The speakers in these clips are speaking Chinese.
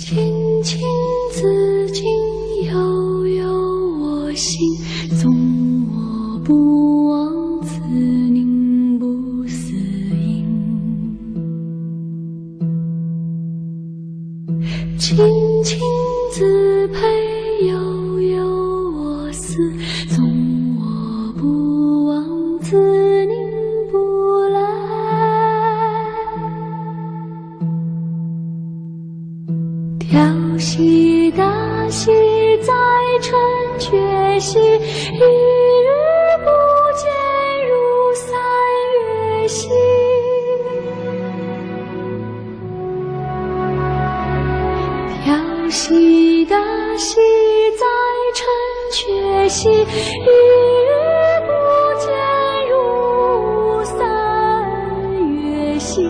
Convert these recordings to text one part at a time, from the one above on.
青青子衿，悠悠我心。纵我不忘，此宁不死音。青青子佩，悠悠我思。纵我不忘，此宁不来。调戏大戏，在城阙兮，一日不见，如三月兮。调戏大戏，在城阙兮，一日不见，如三月兮。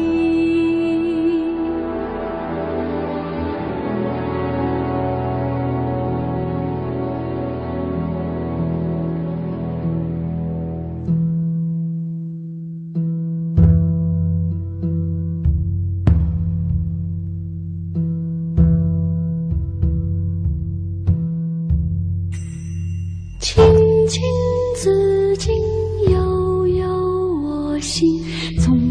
青青子衿，悠悠我心。纵